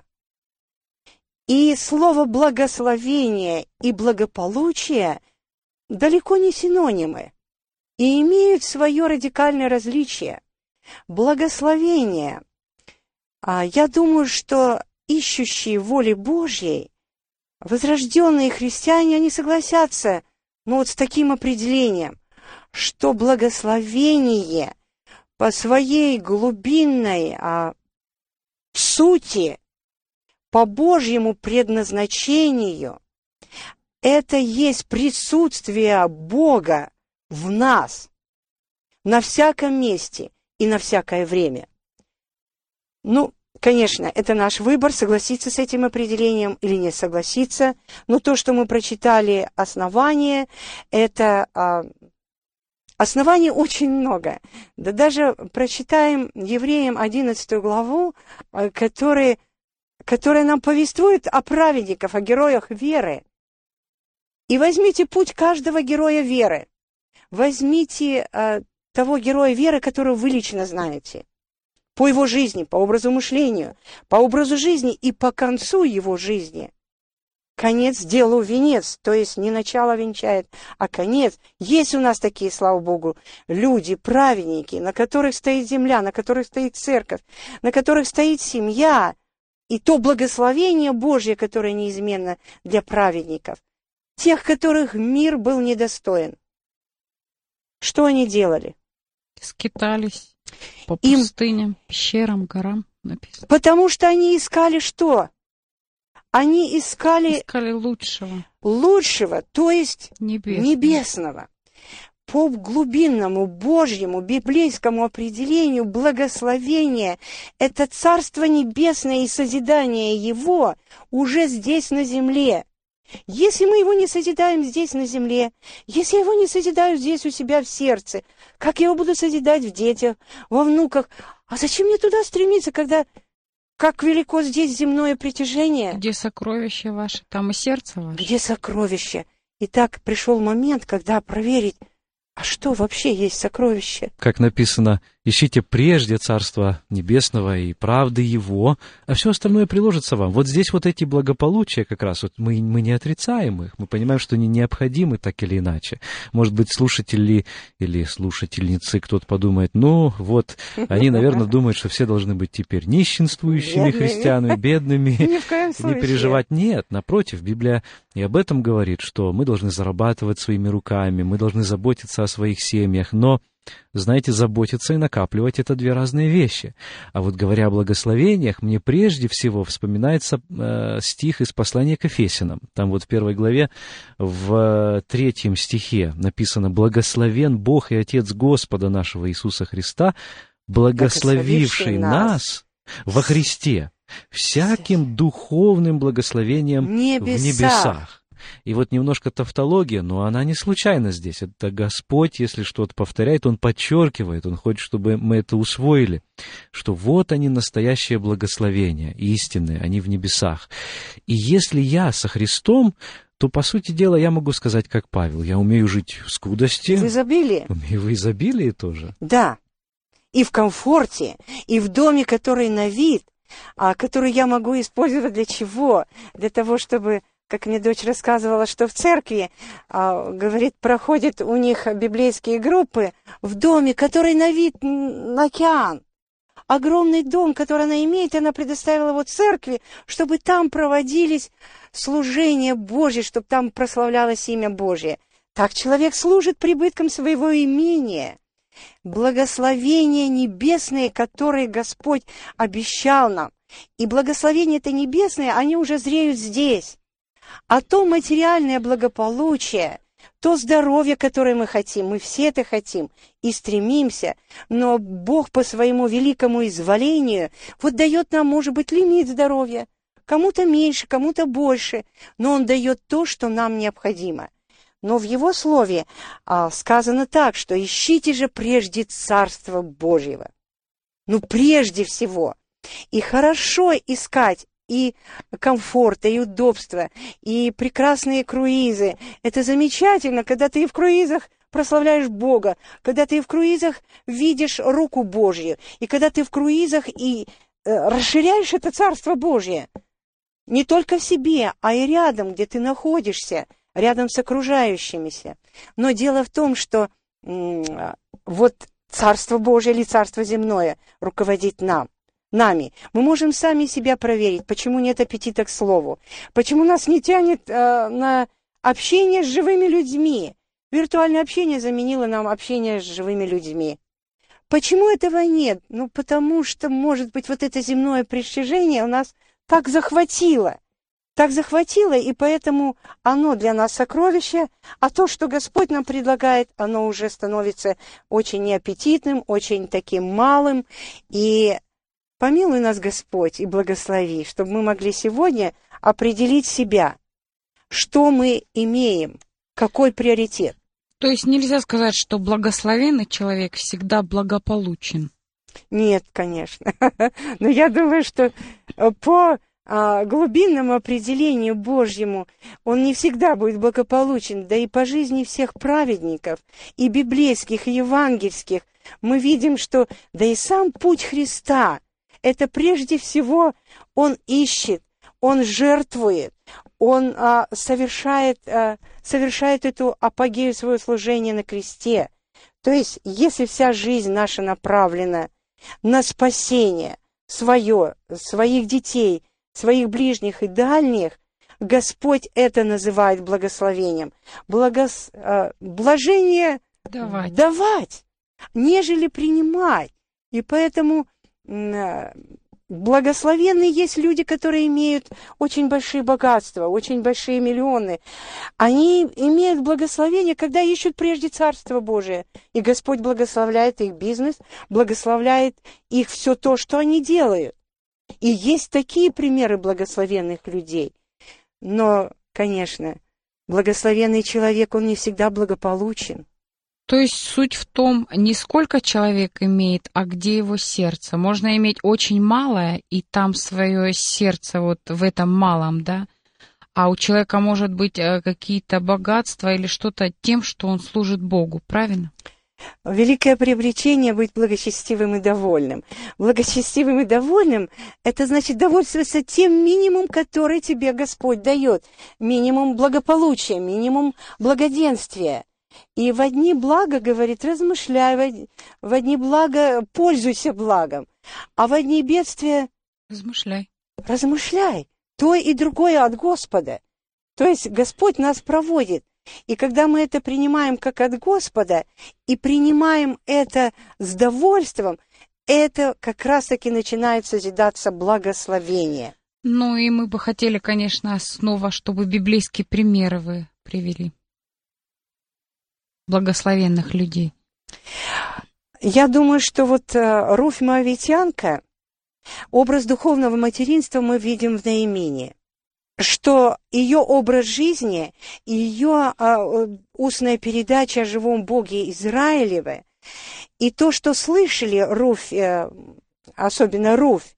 И слово «благословение» и «благополучие» далеко не синонимы и имеют свое радикальное различие. Благословение. Я думаю, что ищущие воли Божьей, возрожденные христиане, они согласятся, вот с таким определением, что благословение по своей глубинной сути, по Божьему предназначению, это есть присутствие Бога в нас на всяком месте и на всякое время. Конечно, это наш выбор, согласиться с этим определением или не согласиться, но то, что мы прочитали основание, это оснований очень много. Да даже прочитаем Евреям 11 главу, которая нам повествует о праведниках, о героях веры. И возьмите путь каждого героя веры. Возьмите того героя веры, которого вы лично знаете. По его жизни, по образу мышления, по образу жизни и по концу его жизни. Конец делу венец, то есть не начало венчает, а конец. Есть у нас такие, слава Богу, люди, праведники, на которых стоит земля, на которых стоит церковь, на которых стоит семья, и то благословение Божье, которое неизменно для праведников, тех, которых мир был недостоин. Что они делали? Скитались по пустыням, пещерам, горам, написано. Потому что они искали что? Они искали лучшего. Лучшего, то есть небесного. По глубинному, Божьему, библейскому определению благословение – это Царство Небесное и созидание Его уже здесь на земле. Если мы его не созидаем здесь на земле, если я его не созидаю здесь у себя в сердце, как я его буду созидать в детях, во внуках? А зачем мне туда стремиться, когда как велико здесь земное притяжение? Где сокровище ваше, там и сердце ваше. Где сокровище? И так пришел момент, когда проверить, а что вообще есть сокровище? Как написано, ищите прежде Царства Небесного и правды Его, а все остальное приложится вам. Вот здесь вот эти благополучия как раз, вот мы не отрицаем их, мы понимаем, что они необходимы так или иначе. Может быть, слушатели или слушательницы, кто-то подумает, они, наверное, думают, что все должны быть теперь нищенствующими христианами, бедными, Ни в коем случае. не переживать. Нет, напротив, Библия и об этом говорит, что мы должны зарабатывать своими руками, мы должны заботиться о своих семьях, но, знаете, заботиться и накапливать — это две разные вещи. А вот говоря о благословениях, мне прежде всего вспоминается стих из послания к Ефесянам. Там вот в 1 главе, в 3 стихе написано: «Благословен Бог и Отец Господа нашего Иисуса Христа, благословивший нас во Христе всяким духовным благословением в небесах». И вот немножко тавтология, но она не случайна здесь. Это Господь, если что-то повторяет, Он подчеркивает, Он хочет, чтобы мы это усвоили, что вот они, настоящие благословения, истинные, они в небесах. И если я со Христом, то, по сути дела, я могу сказать, как Павел, я умею жить в скудости. В изобилии. Умею в изобилии тоже. Да. И в комфорте, и в доме, который на вид, который я могу использовать для чего? Для того, чтобы... Как мне дочь рассказывала, что в церкви, говорит, проходят у них библейские группы в доме, который на вид на океан. Огромный дом, который она имеет, она предоставила его церкви, чтобы там проводились служения Божьи, чтобы там прославлялось имя Божье. Так человек служит прибытком своего имения. Благословения небесные, которые Господь обещал нам. И благословения это небесные, они уже зреют здесь. А то материальное благополучие, то здоровье, которое мы хотим, мы все это хотим и стремимся, но Бог по своему великому изволению вот дает нам, может быть, лимит здоровья, кому-то меньше, кому-то больше, но Он дает то, что нам необходимо. Но в Его Слове сказано так, что ищите же прежде Царство Божьего. Прежде всего. И хорошо искать и комфорта, и удобства, и прекрасные круизы. Это замечательно, когда ты в круизах прославляешь Бога, когда ты в круизах видишь руку Божью, и когда ты в круизах и расширяешь это Царство Божье. Не только в себе, а и рядом, где ты находишься, рядом с окружающимися. Но дело в том, что вот Царство Божие или Царство земное руководит нами. Мы можем сами себя проверить, почему нет аппетита к слову, почему нас не тянет на общение с живыми людьми. Виртуальное общение заменило нам общение с живыми людьми. Почему этого нет? Ну, потому что, может быть, вот это земное притяжение у нас так захватило, и поэтому оно для нас сокровище, а то, что Господь нам предлагает, оно уже становится очень неаппетитным, очень таким малым, и помилуй нас, Господь, и благослови, чтобы мы могли сегодня определить себя, что мы имеем, какой приоритет. То есть нельзя сказать, что благословенный человек всегда благополучен? Нет, конечно. Но я думаю, что по глубинному определению Божьему он не всегда будет благополучен, да и по жизни всех праведников, и библейских, и евангельских, мы видим, что да и сам путь Христа, это прежде всего он ищет, он жертвует, он совершает эту апогею своего служения на кресте. То есть, если вся жизнь наша направлена на спасение своих детей, своих ближних и дальних, Господь это называет благословением. Блажение давать, нежели принимать. И поэтому благословенны есть люди, которые имеют очень большие богатства, очень большие миллионы. Они имеют благословение, когда ищут прежде Царство Божие. И Господь благословляет их бизнес, благословляет их все то, что они делают. И есть такие примеры благословенных людей. Но, конечно, благословенный человек, он не всегда благополучен. То есть суть в том, не сколько человек имеет, а где его сердце. Можно иметь очень малое, и там свое сердце вот в этом малом, да? А у человека может быть какие-то богатства или что-то тем, что он служит Богу, правильно? Великое приобретение — быть благочестивым и довольным. Благочестивым и довольным — это значит довольствоваться тем минимум, который тебе Господь дает. Минимум благополучия, минимум благоденствия. И в одни блага, говорит, размышляй, в одни блага пользуйся благом, а в одни бедствия размышляй. То и другое от Господа. То есть Господь нас проводит. И когда мы это принимаем как от Господа и принимаем это с довольством, это как раз-таки начинает созидаться благословение. Ну и мы бы хотели, конечно, снова, чтобы библейские примеры вы привели. Благословенных людей. Я думаю, что вот Руфь Моавитянка, образ духовного материнства мы видим в Неемии, что ее образ жизни, ее устная передача о живом Боге Израилеве, и то, что слышали Руфь, особенно Руфь,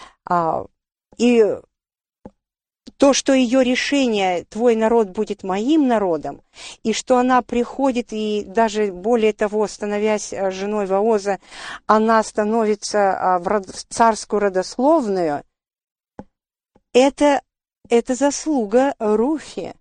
и то, что ее решение «твой народ будет моим народом», и что она приходит, и даже более того, становясь женой Вооза, она становится в царскую родословную, это заслуга Руфи,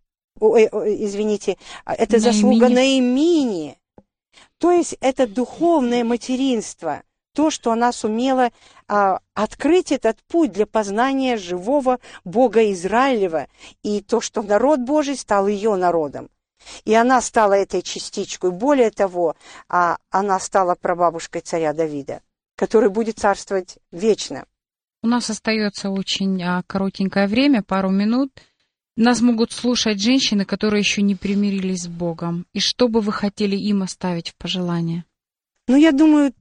это заслуга Неемии. То есть это духовное материнство, то, что она сумела открыть этот путь для познания живого Бога Израилева, и то, что народ Божий стал ее народом. И она стала этой частичкой. Более того, она стала прабабушкой царя Давида, который будет царствовать вечно. У нас остается очень коротенькое время, пару минут. Нас могут слушать женщины, которые еще не примирились с Богом. И что бы вы хотели им оставить в пожелание? Ну, я думаю,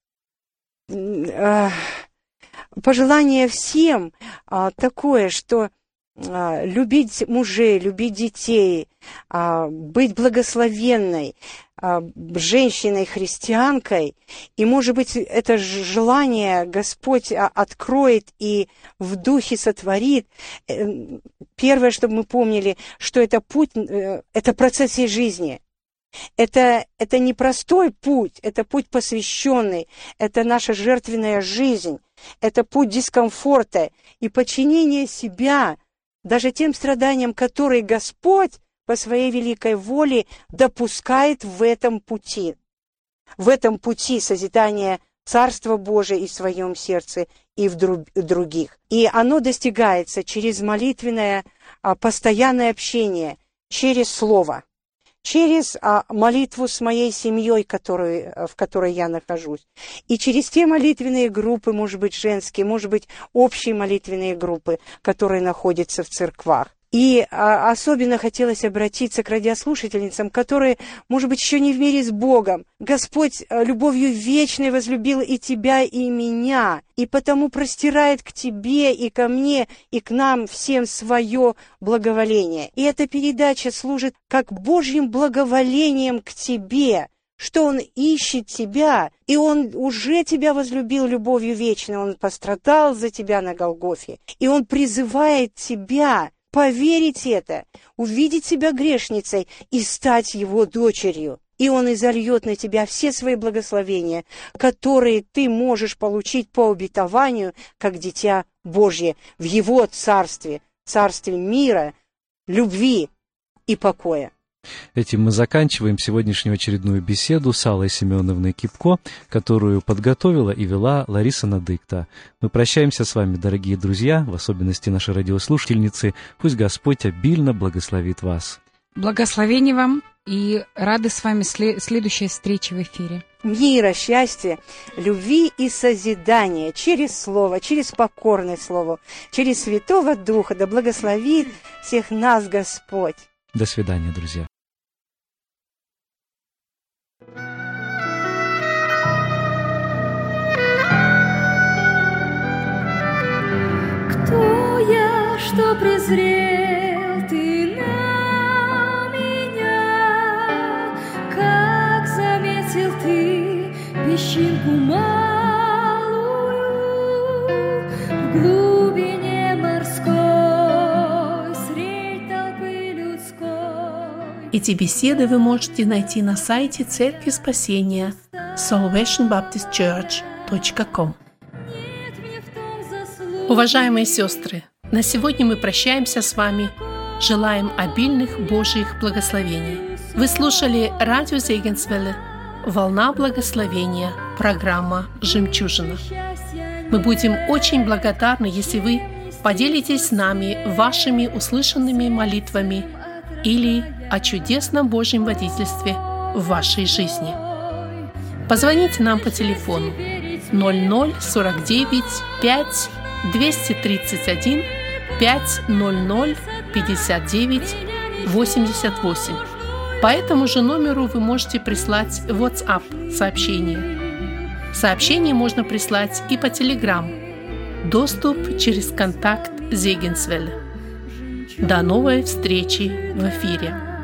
пожелание всем такое, что любить мужей, любить детей, быть благословенной, женщиной-христианкой, и, может быть, это желание Господь откроет и в духе сотворит. Первое, чтобы мы помнили, что это путь, это процесс всей жизни. Это не простой путь, это путь посвященный, это наша жертвенная жизнь, это путь дискомфорта и подчинения себя даже тем страданиям, которые Господь по своей великой воле допускает в этом пути созидания Царства Божия и в своем сердце, и в других. И оно достигается через молитвенное постоянное общение, через Слово, через молитву с моей семьей, в которой я нахожусь, и через те молитвенные группы, может быть, женские, может быть, общие молитвенные группы, которые находятся в церквах. И особенно хотелось обратиться к радиослушательницам, которые, может быть, еще не в мире с Богом. Господь любовью вечной возлюбил и тебя, и меня, и потому простирает к тебе, и ко мне, и к нам всем свое благоволение. И эта передача служит как Божьим благоволением к тебе, что Он ищет тебя, и Он уже тебя возлюбил любовью вечной, Он пострадал за тебя на Голгофе, и Он призывает тебя поверить это, увидеть себя грешницей и стать Его дочерью. И Он изольет на тебя все свои благословения, которые ты можешь получить по обетованию, как дитя Божье, в Его царстве, царстве мира, любви и покоя. Этим мы заканчиваем сегодняшнюю очередную беседу с Аллой Семеновной Кипко, которую подготовила и вела Лариса Надыкта. Мы прощаемся с вами, дорогие друзья, в особенности наши радиослушательницы. Пусть Господь обильно благословит вас. Благословений вам и рады с вами следующей встрече в эфире. Мира, счастья, любви и созидания через Слово, через покорное Слово, через Святого Духа. Да благословит всех нас Господь. До свидания, друзья. Кто я, что презрел ты на меня? Как заметил ты песчинку малую в глубине морской средь толпы людской? Эти беседы вы можете найти на сайте Церкви Спасения salvationbaptistchurch.com. Уважаемые сестры, на сегодня мы прощаемся с вами. Желаем обильных Божьих благословений. Вы слушали радио Зегенсвелле «Волна благословения», программа «Жемчужина». Мы будем очень благодарны, если вы поделитесь с нами вашими услышанными молитвами или о чудесном Божьем водительстве в вашей жизни. Позвоните нам по телефону 0049 5 231 500 59 88. По этому же номеру вы можете прислать WhatsApp сообщение. Сообщение можно прислать и по Telegram. Доступ через контакт Зегенсвелле. До новой встречи в эфире.